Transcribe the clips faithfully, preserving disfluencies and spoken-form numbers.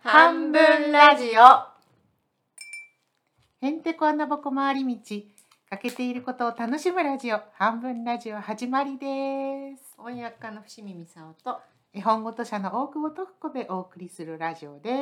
半分ラジオ。へんてこ穴ぼこ回り道、欠けていることを楽しむラジオ、半分ラジオ始まりです。 翻訳家の伏見美沙と絵本ごと社の大久保徳子でお送りするラジオです。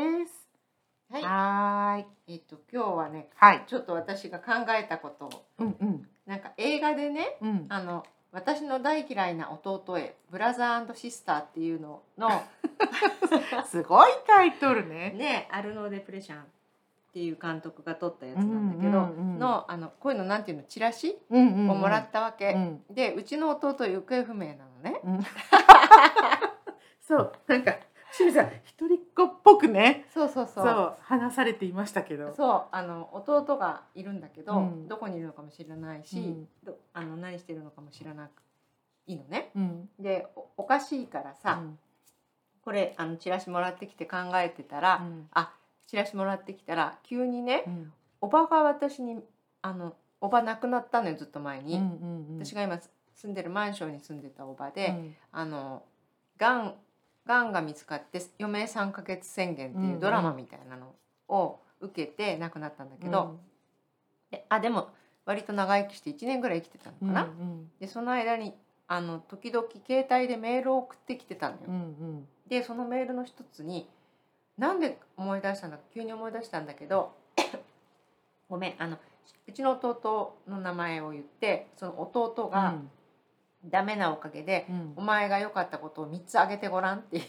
はい。 はーい。 えっと今日はね、 はい。 ちょっと私が考えたことを、 うんうん。 なんか映画でね、 うん。 あの私の大嫌いな弟へブラザー&シスターっていうののすごいタイトルね。 ね、アルノー・デ・プレシャンっていう監督が撮ったやつなんだけど、 うんうんうん、 のあのこういうのなんていうのチラシをうんうんうんもらったわけ、 うん、 でうちの弟行方不明なのね。 うん、そうなんか清水さん一人っ子っぽくね、 そうそうそう、 そう話されていましたけど、 そうあの弟がいるんだけど、 うん、 どこにいるのかも知らないし、うん、どあの何してるのかも知らなくいいのね、うん、で お, おかしいからさ、うん、これあのチラシもらってきて考えてたら、うん、あチラシもらってきたら急にね、うん、おばが私にあのおば亡くなったのよずっと前に、うんうんうん、私が今住んでるマンションに住んでたおばで、うん、あのがんがんが見つかって余命さんかげつ宣言っていうドラマみたいなのを受けて亡くなったんだけど、うん、であでも割と長生きしていちねんぐらい生きてたのかな、うんうん、でその間にあの時々携帯でメールを送ってきてたのよ、うんうん、でそのメールの一つになんで思い出したんだ急に思い出したんだけどごめんあのうちの弟の名前を言ってその弟が、うんダメなおかげで、うん、お前が良かったことをみっつあげてごらんっていう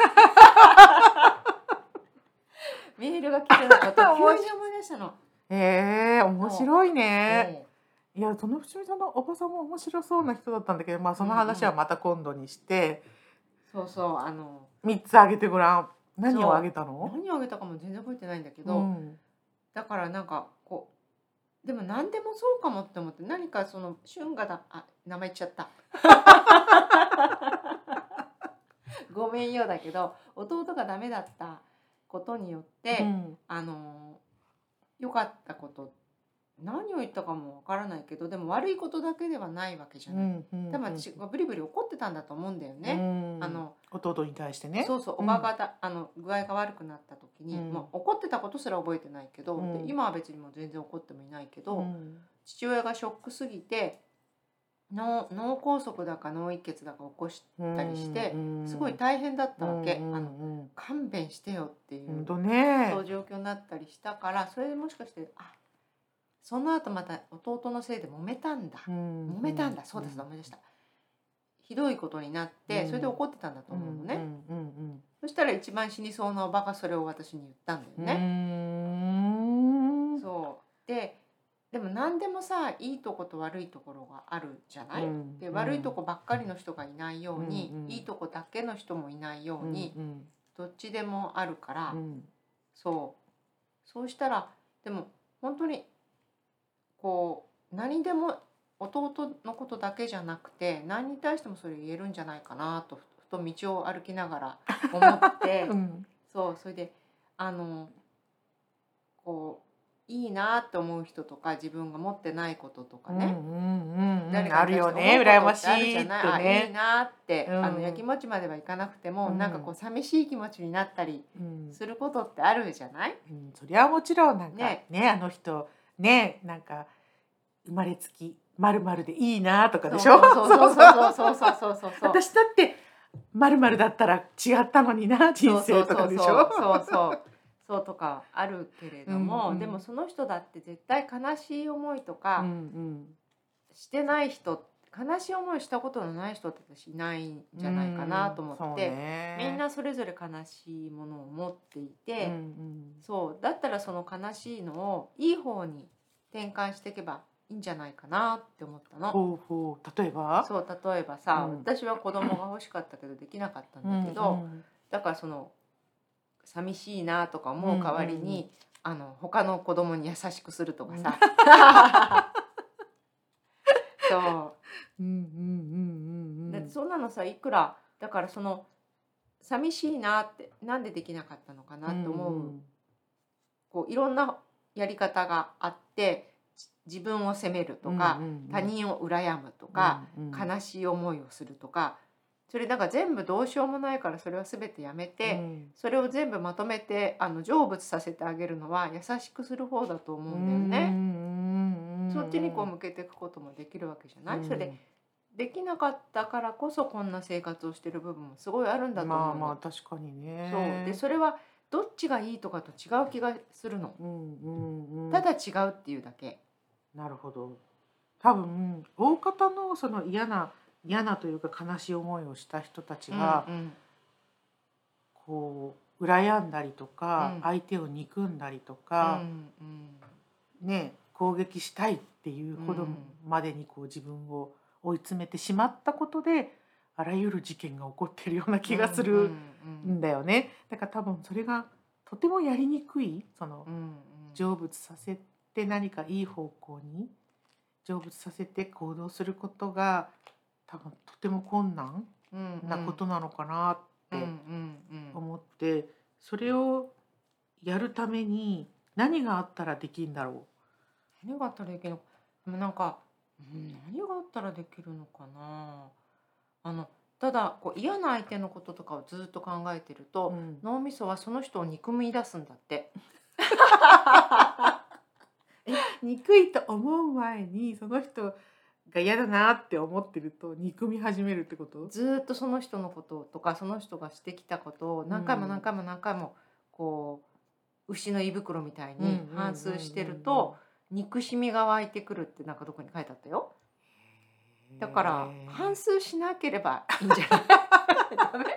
メールが来てたことを急に思い出したの。 へえー、面白いね、えー、いやその伏見さんのおばさんも面白そうな人だったんだけど、まあ、その話はまた今度にして、 うんうん、そうそうあのみっつあげてごらん。何をあげたの？ 何をあげたかも全然覚えてないんだけど、うん、だからなんかこうでも何でもそうかもって思って何かその春がだあ名前言っちゃったごめんよだけど弟がダメだったことによって、うん、あの良かったこと何を言ったかもわからないけどでも悪いことだけではないわけじゃない、うんうんうん、多分私がブリブリ怒ってたんだと思うんだよね、うん、あの弟に対してねそうそうおばがだ、うん、あの具合が悪くなった時に、うんまあ、怒ってたことすら覚えてないけど、うん、で今は別にもう全然怒ってもいないけど、うん、父親がショックすぎて脳, 脳梗塞だか脳一血だか起こしたりして、うん、すごい大変だったわけ、うん、あの勘弁してよっていう、 ね、 そう状況になったりしたからそれでもしかしてあその後また弟のせいで揉めたんだ、うん、揉めたんだそうです思い出した、ひどいことになってそれで怒ってたんだと思うのね、うんうんうんうん、そしたら一番死にそうなおばがそれを私に言ったんだよね、うんそうででも何でもさいいとこと悪いところがあるじゃない、うん、で悪いとこばっかりの人がいないように、うん、いいとこだけの人もいないように、うん、どっちでもあるから、うん、そうそうしたらでも本当にこう何でも弟のことだけじゃなくて何に対してもそれ言えるんじゃないかなとふと道を歩きながら思って、うん、そうそれであのこういいなって思う人とか自分が持ってないこととかね、うんうんうん、誰かに対して思うことってあるじゃない、 いいなって、うん、あのやきもちまではいかなくても、うん、なんかこう寂しい気持ちになったりすることってあるじゃない、 うんうん、そりゃもちろんなんか ね, ねあの人ねなんか生まれつきまるまるでいいなとかでしょ。 そうそうそうそうそうそうそうそう私だってまるまるだったら違ったのにな人生とかでしょ。 そうそうそうそうとかあるけれども、うんうん、でもその人だって絶対悲しい思いとか、うんうん、してない人悲しい思いしたことのない人って私いないんじゃないかなと思って、うんそうね、みんなそれぞれ悲しいものを持っていて、うんうん、そうだったらその悲しいのをいい方に転換していけばいいんじゃないかなって思ったの。 ほうほう例えばそう例えばさ、うん、私は子供が欲しかったけどできなかったんだけど、うんうん、だからその寂しいなとか思う代わりに、うんうん、あの他の子供に優しくするとかさ、うん、そう、うんうんうんうん、だってそんなのさいくらだからその寂しいなってなんでできなかったのかなって思う、うんうん、こういろんなやり方があって自分を責めるとか、うんうんうん、他人を羨むとか、うんうん、悲しい思いをするとかそれだから全部どうしようもないからそれは全てやめて、うん、それを全部まとめてあの成仏させてあげるのは優しくする方だと思うんだよね。うん、そっちにこう向けていくこともできるわけじゃない、うん、それでできなかったからこそこんな生活をしてる部分もすごいあるんだと思う。 まあまあ確かにね。 そうでそれはどっちがいいとかと違う気がするの、うんうんうん、ただ違うっていうだけ。 なるほど。多分大方のその嫌な嫌なというか悲しい思いをした人たちが、うんうん、こう羨んだりとか、うん、相手を憎んだりとか、うんうん、ね、攻撃したいっていうほどまでにこう自分を追い詰めてしまったことであらゆる事件が起こっているような気がするんだよね。だから多分それがとてもやりにくい、その、うんうん、成仏させて何かいい方向に成仏させて行動することが多分とても困難なことなのかなって思って、それをやるために何があったらできるんだろう。何があったらできるのか、でもなんか、うん、何があったらできるのかな。あのただこう嫌な相手のこととかをずっと考えてると、うん、脳みそはその人を憎み出すんだって。 え憎いと思う前にその人が嫌だなって思ってると憎み始めるってこと？ ずっとその人のこととかその人がしてきたことを何回も何回も何回もこう牛の胃袋みたいに反芻してると憎しみが湧いてくるってなんかどこに書いてあったよ。だから反芻しなければいいんじゃない？ダメ？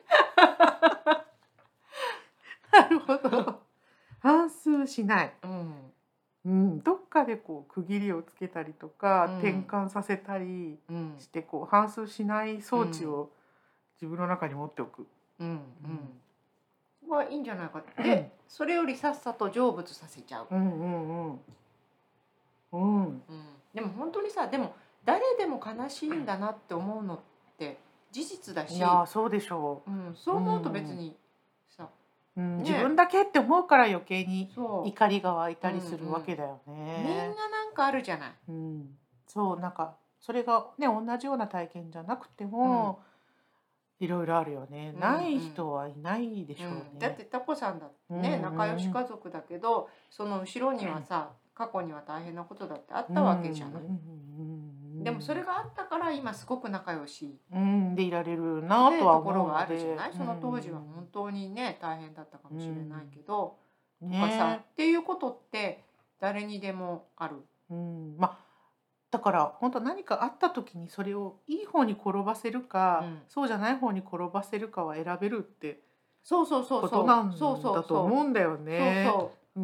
なるほど。反芻しない。うんうん、どっかでこう区切りをつけたりとか、うん、転換させたりしてこう反芻しない装置を自分の中に持っておく。うんうんうん、はいいんじゃないかって、うん、それよりさっさと成仏させちゃう。うんうんうんうんうん、でも本当にさ、でも誰でも悲しいんだなって思うのって事実だし、 いやそうでしょう、 うん、そう思うと別にさ、 うんね、自分だけって思うから余計に怒りが湧いたりするわけだよね。 うんうん、みんななんかあるじゃない。 うん、そうなんかそれがね同じような体験じゃなくても、うん、いろいろあるよね。うん、ない人はいないでしょうね。 うん、だってタコさんだってね、うん、仲良し家族だけどその後ろにはさ、過去には大変なことだってあったわけじゃない。でもそれがあったから今すごく仲良し、 うん、でいられるなとは思うので、ところがあるじゃない。 その当時は本当にね大変だったかもしれないけど、うん、とかさ、ね、っていうことって誰にでもある。 うん、まあだから本当何かあった時にそれをいい方に転ばせるか、うん、そうじゃない方に転ばせるかは選べるってそうそうそうことなんだと思うんだよね。そうそう。うん。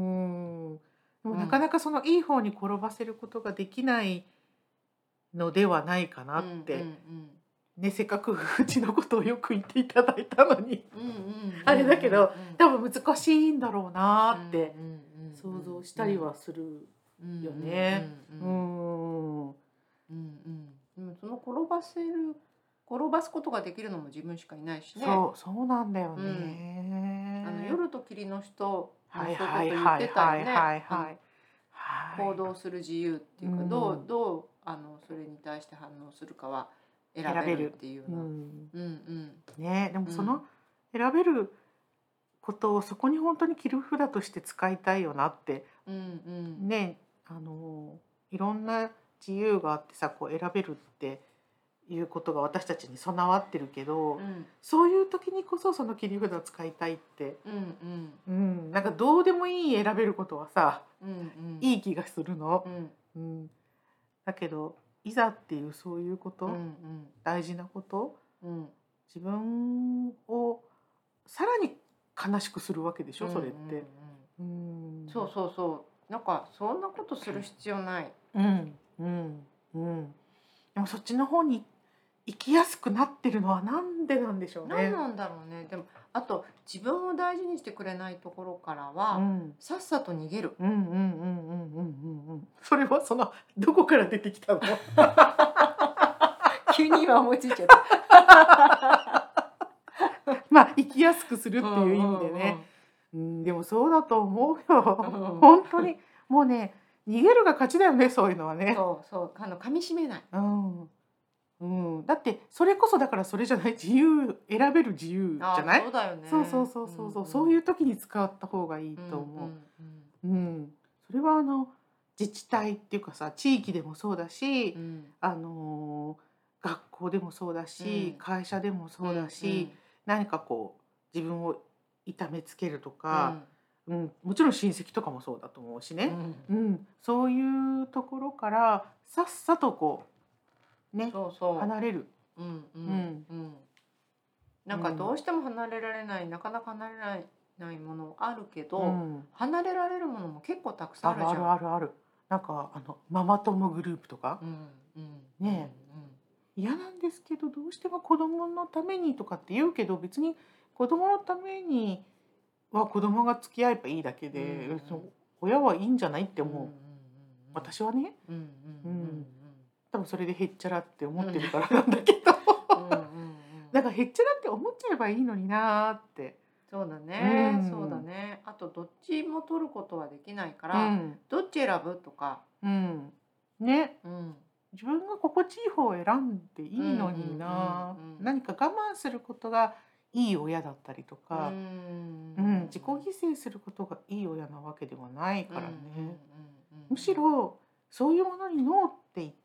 でもなかなかそのいい方に転ばせることができないのではないかなって、うんうんうん、ね、せっかくうちのことをよく言っていただいたのにあれだけど多分難しいんだろうなって想像したりはするよね。 うんうん。その転ばせる転ばすことができるのも自分しかいないしね。 そうそうなんだよね。 うん、あの夜と霧の人のそういうこと言ってたよね。行動する自由っていうか、うん、どうどうあのそれに対して反応するかは選べるっていうような。うんうんね、でもその選べることをそこに本当に切り札として使いたいよなって、うんうん、ね、あのいろんな自由があってさ、こう選べるっていうことが私たちに備わってるけど、うん、そういう時にこそその切り札を使いたいって、うんうんうん、なんかどうでもいい選べることはさ、うんうん、いい気がするの、うんうん、だけどいざっていうそういうこと、うんうん、大事なこと、うん、自分をさらに悲しくするわけでしょ、それって、 うんうん、そうそうそう、なんかそんなことする必要ない、 うんうんうん、でもそっちの方に生きやすくなってるのはなんでなんでしょうね。 何なんだろうね。でもあと自分を大事にしてくれないところからは、うん、さっさと逃げる。うんうんうんうんうんうんうん。それはそのどこから出てきたの？ 急に今思いついちゃった。 まあ生きやすくするっていう意味でね。うん、うん、でもそうだと思うよ。本当にもうね、逃げるが勝ちだよね、そういうのはね。 そうそう、あの噛み締めない。うん。 うん、だってそれこそだからそれじゃない自由選べる自由じゃない？ そうだよね。 そうそうそうそうそう、うんうん、そういう時に使った方がいいと思う。うん、うんうん、それはあの自治体っていうかさ地域でもそうだし、うん、あの学校でもそうだし、うん、会社でもそうだし、うんうん、何かこう自分を痛めつけるとか、うんうん、もちろん親戚とかもそうだと思うしね、うんうん、そういうところからさっさとこうねそうそう離れる。 うんうんうん、なんかどうしても離れられない、うん、なかなか離れられないものあるけど、うん、離れられるものも結構たくさんあるじゃん。 あるあるある。なんかあのママ友グループとか、うんうん、ねえ、うんうん、嫌なんですけどどうしても子供のためにとかって言うけど別に子供のためには子供が付き合えばいいだけで、うんうん、親はいいんじゃないって思う、うんうんうん、私はね、うんうんうんうん、多分それでへっちゃらって思ってるからなんだけどうんうん、うん、だからへっちゃらって思っちゃえばいいのになって。 そうだね、うん、そうだね。あとどっちも取ることはできないから、うん、どっち選ぶとか、 うん、ね、うん、自分が心地いい方を選んでいいのにな、うんうんうん、何か我慢することがいい親だったりとか、うんうん、自己犠牲することがいい親なわけではないからね、うんうんうんうん、むしろそういうものにノーって言って、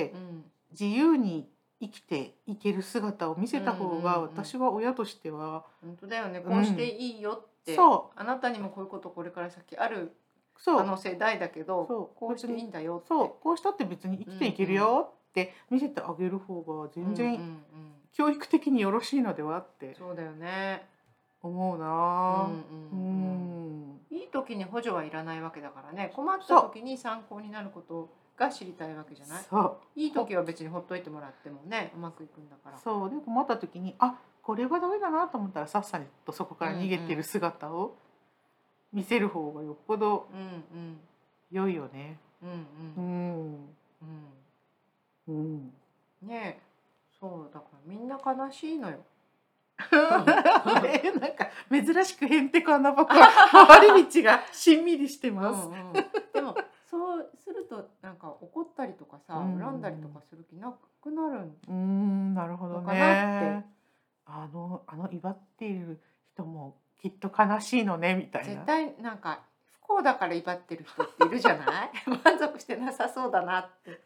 うん、自由に生きていける姿を見せた方が私は親としては、 うんうんうん、本当だよね。こうしていいよって、そう、あなたにもこういうことこれから先ある可能性大だけど、そうこうしていいんだよって、 そうこうしたって別に生きていけるよって見せてあげる方が全然教育的によろしいのではって、 そうだよね、 思うな。 うんうんうん、いい時に補助はいらないわけだからね。困った時に参考になることが知りたいわけじゃない。そういい時は別にほっといてもらってもねうまくいくんだから。 そうで困った時にあこれはダメだなと思ったらさっさとそこから逃げてる姿を見せる方がよっぽど良いよね。うんうんうんうん、ねえ、そうだからみんな悲しいのよ。 なんか珍しくへんてこ穴ぼこ回り道がしんみりしてます。うんうん、 でもそうするとなんか怒ったりとかさ、うん、恨んだりとかする気なくなるうんなるほどね。あのあの威張っている人もきっと悲しいのねみたいな。 絶対なんか不幸だから威張ってる人っているじゃない満足してなさそうだなって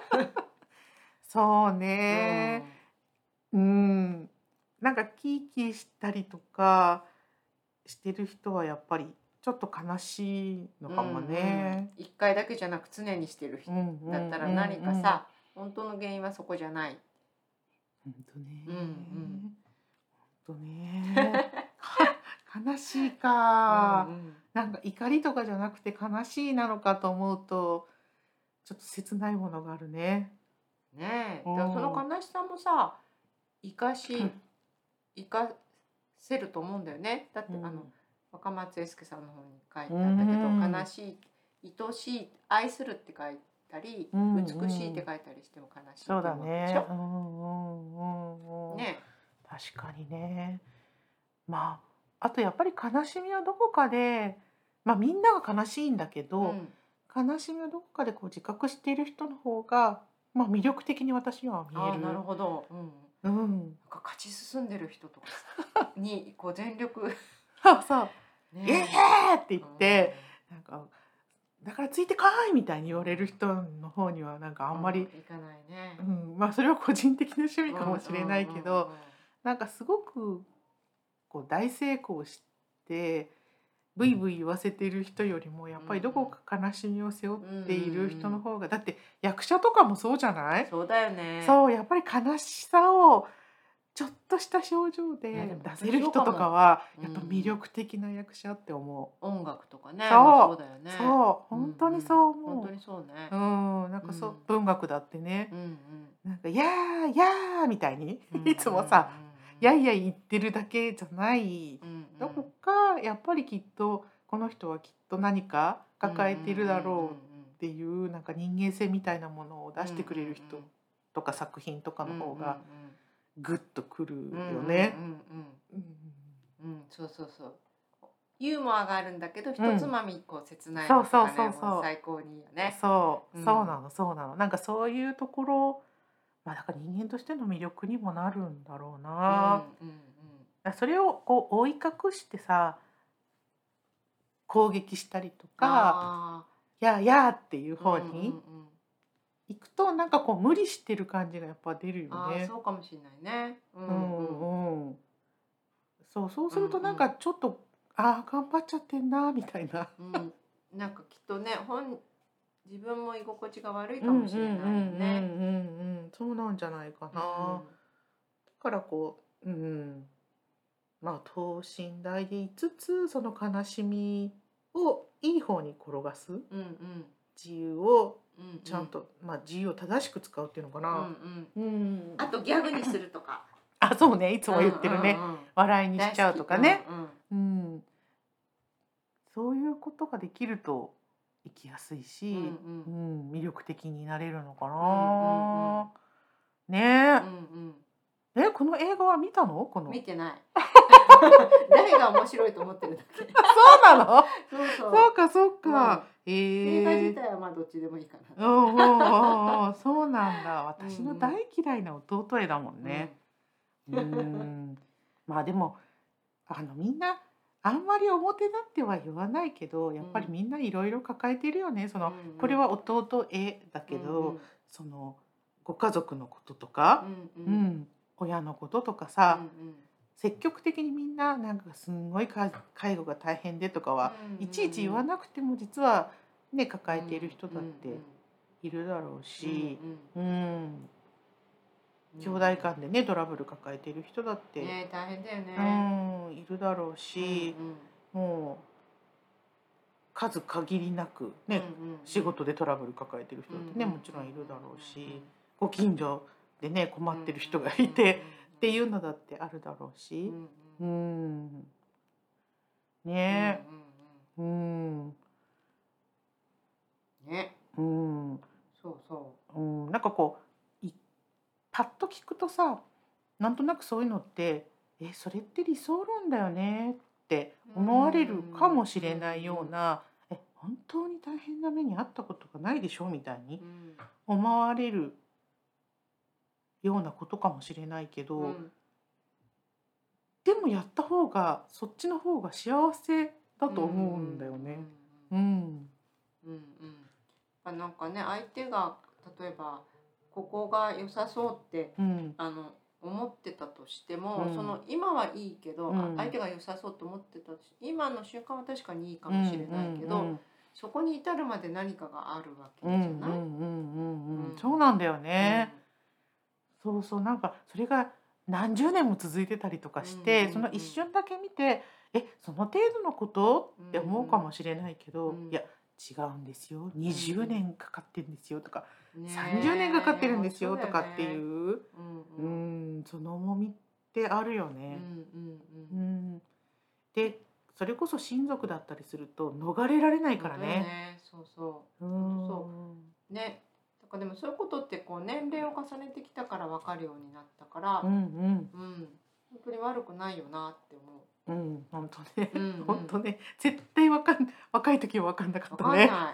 そうね、うん、うんなんかキーキーしたりとかしてる人はやっぱりちょっと悲しいのかもね。 一、うんうん、回だけじゃなく常にしてる人だったら何かさ、うんうんうん、本当の原因はそこじゃない。 本当ね。うんうん、本当ね。悲しいか、うんうん、なんか怒りとかじゃなくて悲しいなのかと思うとちょっと切ないものがあるね。 ねえ、うん、その悲しさもさ生かし生かせると思うんだよね。だって、うん、あの若松英輔さんの方に書いてあったけど、うん、悲しい愛しい愛するって書いたり、うんうん、美しいって書いたりしても悲しいって思うでしょ。そうだね。うんうんうんうん、ね、確かにね。まああとやっぱり悲しみはどこかで、まあみんなが悲しいんだけど、うん、悲しみはどこかでこう自覚している人の方が、まあ、魅力的に私には見える。 あ、なるほど。うん。うん、なんか勝ち進んでる人とかにこう全力そうそう「イエーイ!」って言って、うん、なんかだからついてこいみたいに言われる人の方にはなんかあんまり、うん、 いかないね。 うん、まあそれは個人的な趣味かもしれないけど、うんうんうんうん、なんかすごくこう大成功してブイブイ言わせている人よりもやっぱりどこか悲しみを背負っている人の方が、だって役者とかもそうじゃない？ そうだよね。 そうやっぱり悲しさをちょっとした表情で出せる人とかはやっぱ魅力的な役者って思う。音楽とかね。 そう、 そうだよね。 そう本当にそう思う。 本当にそうね。 うん、なんかそう、文学だってね、うんうん、なんかやーやーみたいにいつもさ、やいやい言ってるだけじゃない、うんうん、どこかやっぱりきっとこの人はきっと何か抱えているだろうっていうなんか人間性みたいなものを出してくれる人とか作品とかの方がグッとくるよね。 そうそうそう。ユーモアがあるんだけど、ひとつまみこう切ないのとかね、もう最高にいいよね。 そう、そうなのそうなの。なんかそういうところまあだから人間としての魅力にもなるんだろうな、うんうんうん、それをこう覆い隠してさ攻撃したりとか「やあやあ」っていう方に行くとなんかこう無理してる感じがやっぱ出るよね。 あ、そうかもしれないね。 うんうんうん、そうそうするとなんかちょっと、うんうん、ああ頑張っちゃってんなみたいな、 うん、なんかきっとね本自分も居心地が悪いかもしれないよね。 そうなんじゃないかな。うん、だからこう、うん、まあ等身大でいつつその悲しみをいい方に転がす、うんうん、自由をちゃんと、うんうん、まあ自由を正しく使うっていうのかな。 うんうんうん、あとギャグにするとか。 あ、そうね、いつも言ってるね、うんうんうん、笑いにしちゃうとかね、うんうんうん、そういうことができると生きやすいし、うんうんうん、魅力的になれるのかな、うんうんうん、ねえ、うんうん、えこの映画は見たの？この見てない誰が面白いと思ってるだけそうなのそうそうそうかそうか、 うん、えー、映画自体はまあどっちでもいいかなうんうんうん、そうなんだ。私の大嫌いな弟絵だもんね、うん、うんまあでもあのみんなあんまり表立っては言わないけどやっぱりみんないろいろ抱えてるよね。その、うんうん、これは弟絵だけど、うんうん、そのご家族のこととか、うんうんうん、親のこととかさ、うんうん、積極的にみんななんかすんごい介護が大変でとかは、うんうんうん、いちいち言わなくても実はね抱えている人だっているだろうし、うんうんうん、兄弟間でねトラブル抱えている人だって、 ね、大変だよね、 うん、いるだろうし、うんうん、もう数限りなくね、うんうんうん、仕事でトラブル抱えてる人だってね、もちろんいるだろうし、うんうんうん、ご近所でね困ってる人がいて、うんうんうん、っていうのだってあるだろうし、うん、うん、ね、うん、うん、 ね、 うん、 そうそう、 うん、なんかこうパッと聞くとさ、なんとなくそういうのってえそれって理想論だよねって思われるかもしれないような、うん、え本当に大変な目に遭ったことがないでしょみたいに思われるようなことかもしれないけど、うん、でもやった方がそっちの方が幸せだと思うんだよね。うん。うんうん。なんかね相手が例えばここが良さそうって、うん、あの思ってたとしても、うん、その今はいいけど、うん、相手が良さそうと思ってたとし今の瞬間は確かにいいかもしれないけど、うんうんうん、そこに至るまで何かがあるわけじゃない？ そうなんだよね、うん、そうそうなんかそれが何十年も続いてたりとかして、うんうんうん、その一瞬だけ見てえその程度のことって思うかもしれないけど、うんうん、いや違うんですよにじゅうねんかかってるんですよとか、うん、さんじゅうねんかかってるんですよとかっていう、うんうん、その重みってあるよね、うんうんうん、でそれこそ親族だったりすると逃れられないからね。 ねそうそう、うん、そうね。だからでもそういうことってこう年齢を重ねてきたから分かるようになったから、うんうんうん、本当に悪くないよなって思う。 うん、本当ね、うんうん、本当ね、絶対わかん若い時は分かんなかったね。 分かんない、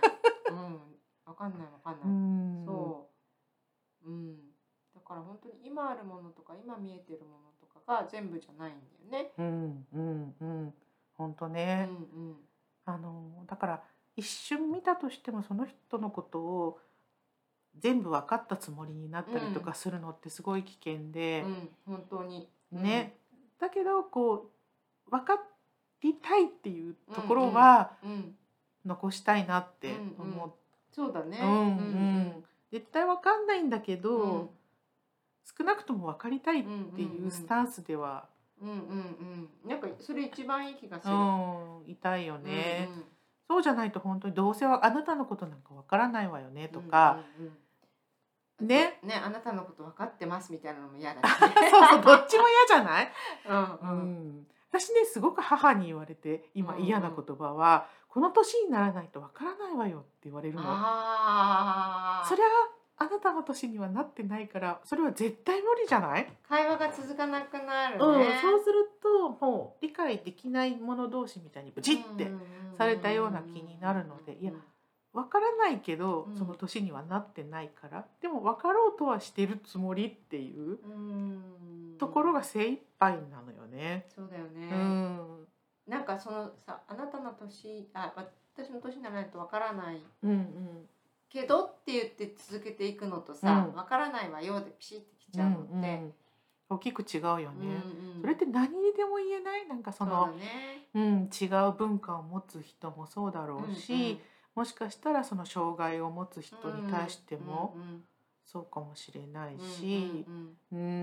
うん、分かんない分かんない。うんそう、うん、だから本当に今あるものとか今見えてるものとかが全部じゃないんだよね。 うんうんうん、本当ね。うんうん、あのだから一瞬見たとしてもその人のことを全部分かったつもりになったりとかするのってすごい危険で、 うん、本当に、 ね、だけどこう分かりたいっていうところは残したいなって思う、うんうん、 そうだね、 うんうん、絶対分かんないんだけど、うん、少なくとも分かりたいっていうスタンスでは、 うんうんうん、なんかそれ一番いい気がする、 うん、痛いよね、うんうん、そうじゃないと本当にどうせはあなたのことなんか分からないわよねとか、うんうんうんね、ね、あなたのこと分かってますみたいなのも嫌だね。 そうそう、どっちも嫌じゃない？うんうん、私ねすごく母に言われて今嫌な言葉は、うんうん、この年にならないと分からないわよって言われるの。あそりゃあなたの年にはなってないからそれは絶対無理じゃない？ 会話が続かなくなるね、 うん、そうするともう理解できない者同士みたいにブチってされたような気になるので、いや分からないけど、 うん、 その年にはなってないから、でも分かろうとはしてるつもりっていうところが精一杯なのよね。 そうだよね。 うん、 なんかそのさ、あなたの年、あ、私の年にならないと分からない、 うんうん、 けどって言って続けていくのとさ、分、うん、からないわよでピシッてきちゃうのって、うんうん、 大きく違うよね、 うんうん、 それって何にでも言えない？なんかその、 そうだね、 うん、違う文化を持つ人もそうだろうし、うんうん、もしかしたらその障害を持つ人に対してもそうかもしれないし、うん、うん、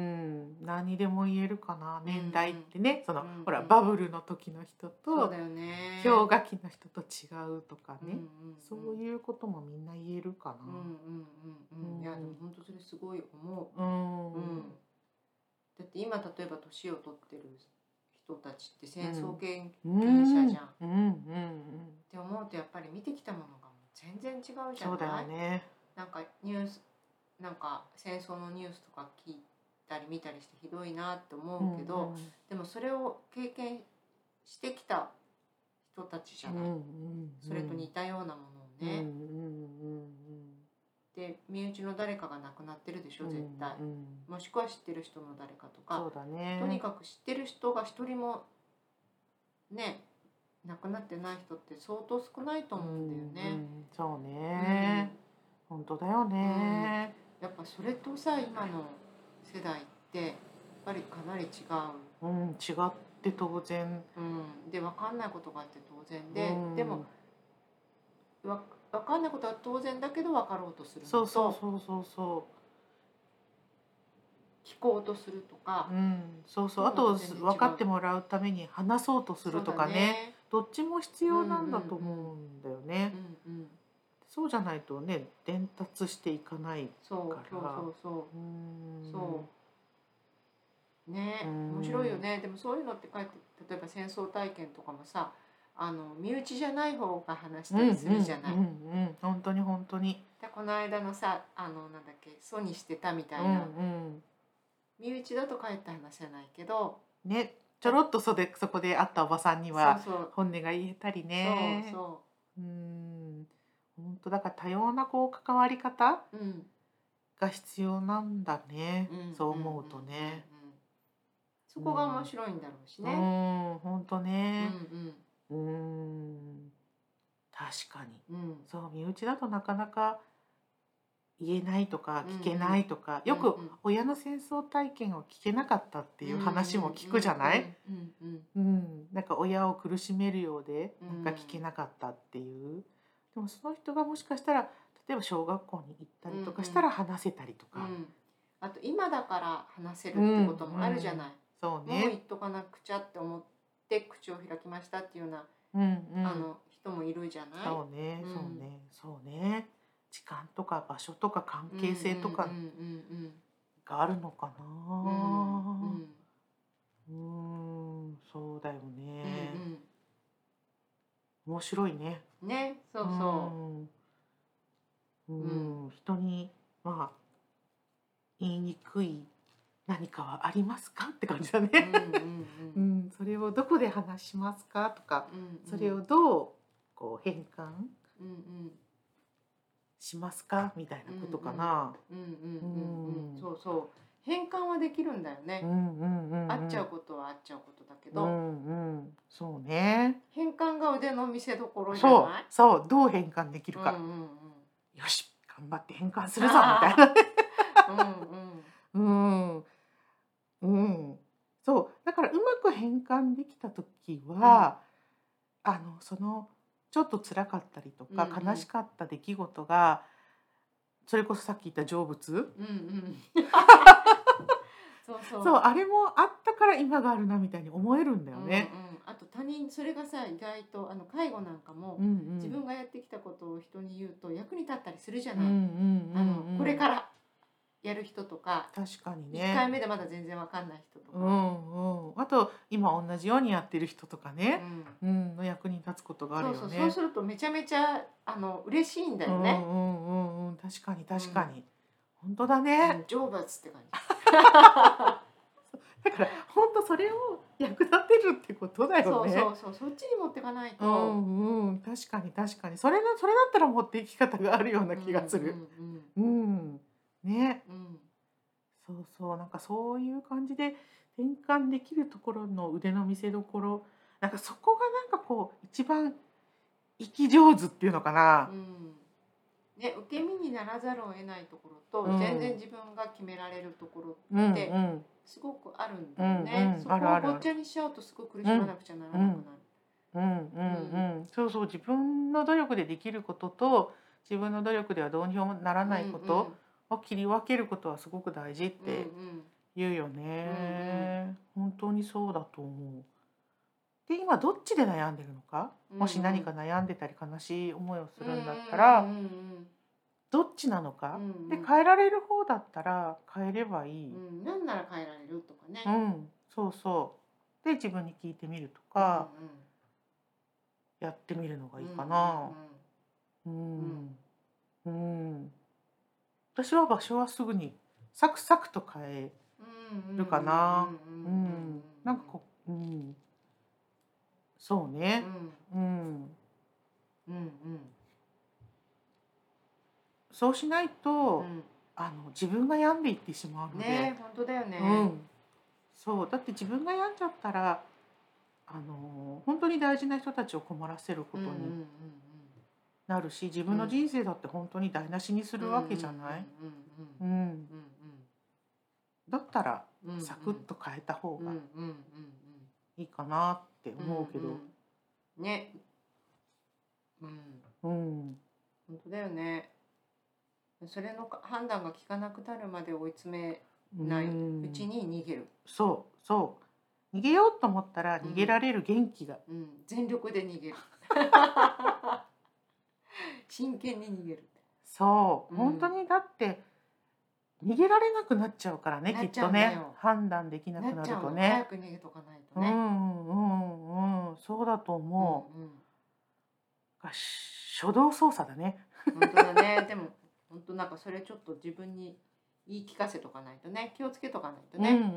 何にでも言えるかな、年代ってね、その、うんうん、ほらバブルの時の人と氷河期の人と違うとかね、うんうんうん、そういうこともみんな言えるかな。 うんうんうんうん、いやでも本当それすごい思う、 うんうん、だって今例えば年を取ってる人たちって戦争経験者じゃん、うんうんうんうん、って思うとやっぱり見てきたものが全然違うじゃない。 そうだよね。 なんかニュース、なんか戦争のニュースとか聞いたり見たりしてひどいなって思うけど、うんうん、でもそれを経験してきた人たちじゃない、うんうんうん、それと似たようなものをね、うんうんうん、で身内の誰かが亡くなってるでしょ絶対、うんうん、もしくは知ってる人の誰かとか、 そうだね、 とにかく知ってる人が一人もね亡くなってない人って相当少ないと思うんだよね、うんうん、 そうね、うん、本当だよね、 うん、やっぱそれとさ今の世代ってやっぱりかなり違う、 うん、違って当然、 うん、で分かんないことがあって当然で、うん、でもわ分かんないことは当然だけど分かろうとするのと、 そうそうそうそうそう聞こうとするとか、 うん、そうそう、あと分かってもらうために話そうとするとか ね, ねどっちも必要なんだと思うんだよね、うんうんうん、そうじゃないとね伝達していかないから。 そうそうそうそう、うん、そうね、面白いよね。でもそういうのって書いて、例えば戦争体験とかもさ、あの身内じゃない方が話したりするじゃない。うんうんうんうん、本当に本当に。 でこの間のさ、あのなんだっけ、ソにしてたみたいな、うんうん、身内だとかえって話じゃないけどね、ちょろっとそでそこで会ったおばさんには本音が言えたりね。 そうそう、 うん、本当だから多様なこう関わり方が必要なんだね、うん、そう思うとね、うんうんうんうん、 そこが面白いんだろうしね。うん、 本当ね、うんうん、うん、確かに、うん、そう身内だとなかなか言えないとか聞けないとか、うんうん、よく親の戦争体験を聞けなかったっていう話も聞くじゃない。なんか親を苦しめるようでなんか聞けなかったっていう、でもその人がもしかしたら例えば小学校に行ったりとかしたら話せたりとか、うんうん、 あと今だから話せるってこともあるじゃない、うんうん、そうね、もう言っとかなくちゃって思って口を開きましたっていうような、うんうん、あの人もいるじゃない。 そうね、そうね、そうね、時間とか場所とか関係性とかがあるのかな。うん、うん、そうだよね、うんうん、面白いね。 ね、そうそう、うんうん、人にまあ言いにくい何かはありますかって感じだね。うんうんうん、うん、それをどこで話しますかとか、うんうん、それをどうこう変換、うんうんしますかみたいなことかな。 そうそう、変換はできるんだよね。あっちゃうことはあっちゃうことだけど、うんうん、 そうね。 変換が腕の見せ所じゃない。 そうそう、どう変換できるか。うんうんうん、よし頑張って変換するぞみたいな。うんうんうんうん、そうだからうまく変換できた時は、うん、あのそのちょっと辛かったりとか、うんうん、悲しかった出来事がそれこそさっき言った成仏、うんうん、そうそうそう、あれもあったから今があるなみたいに思えるんだよね。 うんうん、あと他人、それがさ意外とあの介護なんかも、うんうん、自分がやってきたことを人に言うと役に立ったりするじゃない。これからやる人とか、 確かにね、 いっかいめでまだ全然わかんない人とか、 うんうん、あと今同じようにやってる人とかね、うんうん、の役に立つことがあるよね。 そうそう、そうするとめちゃめちゃあの嬉しいんだよね。 うんうんうんうん、確かに確かに、うん、本当だね。 成仏って感じ。 だから本当それを役立てるってことだよね。 そうそうそう、そっちに持ってかないと。 うんうん、確かに確かに、それのそれだったら持っていき方があるような気がする。うん、うん、ね、うん、そうそう、なんかそういう感じで転換できるところの腕の見せ所、なんかそこがなんかこう一番生き上手っていうのかな。 うん、ね、受け身にならざるを得ないところと、うん、全然自分が決められるところってすごくあるんだよね。うんうん、そこをごっちゃにしちゃうとすごく苦しまなくちゃならなくなる。 うんうんうん、そうそう、自分の努力でできることと自分の努力ではどうにもならないことを切り分けることはすごく大事って言うよね。うんうん、本当にそうだと思う。で、今どっちで悩んでるのか、うんうん、もし何か悩んでたり悲しい思いをするんだったら、どっちなのか、うんうん、で変えられる方だったら変えればいい。 うん、なんなら変えられるとかね。 うん、そうそう。で自分に聞いてみるとか、うんうん、やってみるのがいいかな。うん、うんうん、私は場所はすぐにサクサクと変えるかな。うん、なんかこう、うん、そうね。うん、うん、うん。そうしないと、うん、あの自分が病んでいってしまうので。 ね、本当だよね。 うん、そう、だって自分が病んじゃったら、あの本当に大事な人たちを困らせることになるし、自分の人生だって本当に台無しにするわけじゃない。うん。だったらサクッと変えた方がいいかなって思うけど。うんうん、ね。うん。うん。本当だよね。それの判断が効かなくなるまで追い詰めないうちに逃げる。 そうそう。逃げようと思ったら逃げられる元気が。 うんうん、全力で逃げる。真剣に逃げる。 そう、うん、本当にだって逃げられなくなっちゃうからね、きっとね。判断できなくなるとね。 早く逃げとかないとね。 うんうんうん、そうだと思う。うんうん、初動操作だね。 本当だね。でも本当なんかそれちょっと自分に言い聞かせとかないとね、気をつけとかないとね。うんうんうん。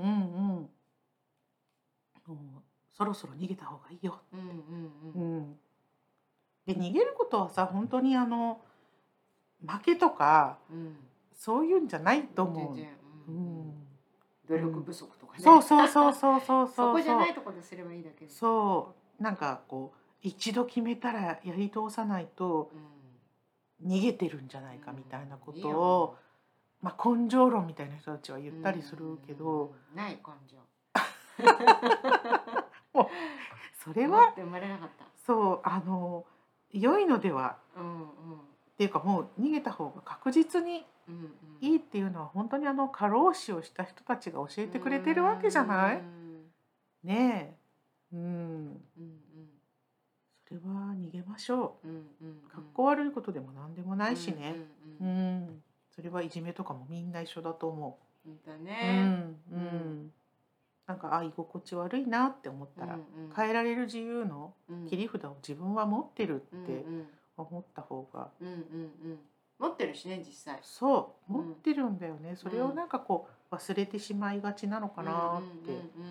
もうそろそろ逃げた方がいいよ。うんうんうん。うん、で逃げることはさ、本当にあの負けとか、うん、そういうんじゃないと思う。全然、うん、 努力不足とかね。 そうそうそうそうそうそう。 そこじゃないところですればいいだけ。 そう、なんかこう一度決めたらやり通さないと逃げてるんじゃないかみたいなことを、まあ根性論みたいな人たちは言ったりするけど、 ない根性。 もうそれは生まれなかった。 そう、あの良いのでは、うんうん、っていうかもう逃げた方が確実にいいっていうのは本当にあの過労死をした人たちが教えてくれてるわけじゃない？ねえ、うん、うんうん、それは逃げましょう。うんうんうん、かっこ悪いことでも何でもないしね。うん、うんうん、それはいじめとかもみんな一緒だと思う。 だね。 うんうん。なんかあ居心地悪いなって思ったら、うんうん、変えられる自由の切り札を自分は持ってるって思った方が、 うんうんうん、持ってるしね実際。 そう持ってるんだよね。うん、それをなんかこう忘れてしまいがちなのかなって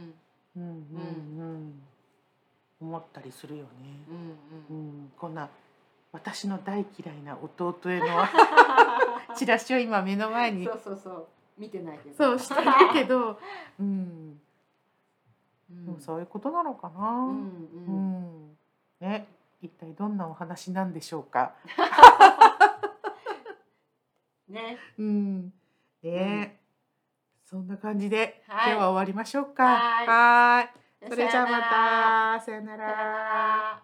思ったりするよね。うんうんうん、こんな私の大嫌いな弟へのチラシを今目の前にそうそうそう見てないけどそうしてるけど、うん、でもそういうことなのかな。うんうん、ね、一体どんなお話なんでしょうか。 ね、 うん、ね、そんな感じで今日は終わりましょうか。はい、それじゃあまた、さよなら。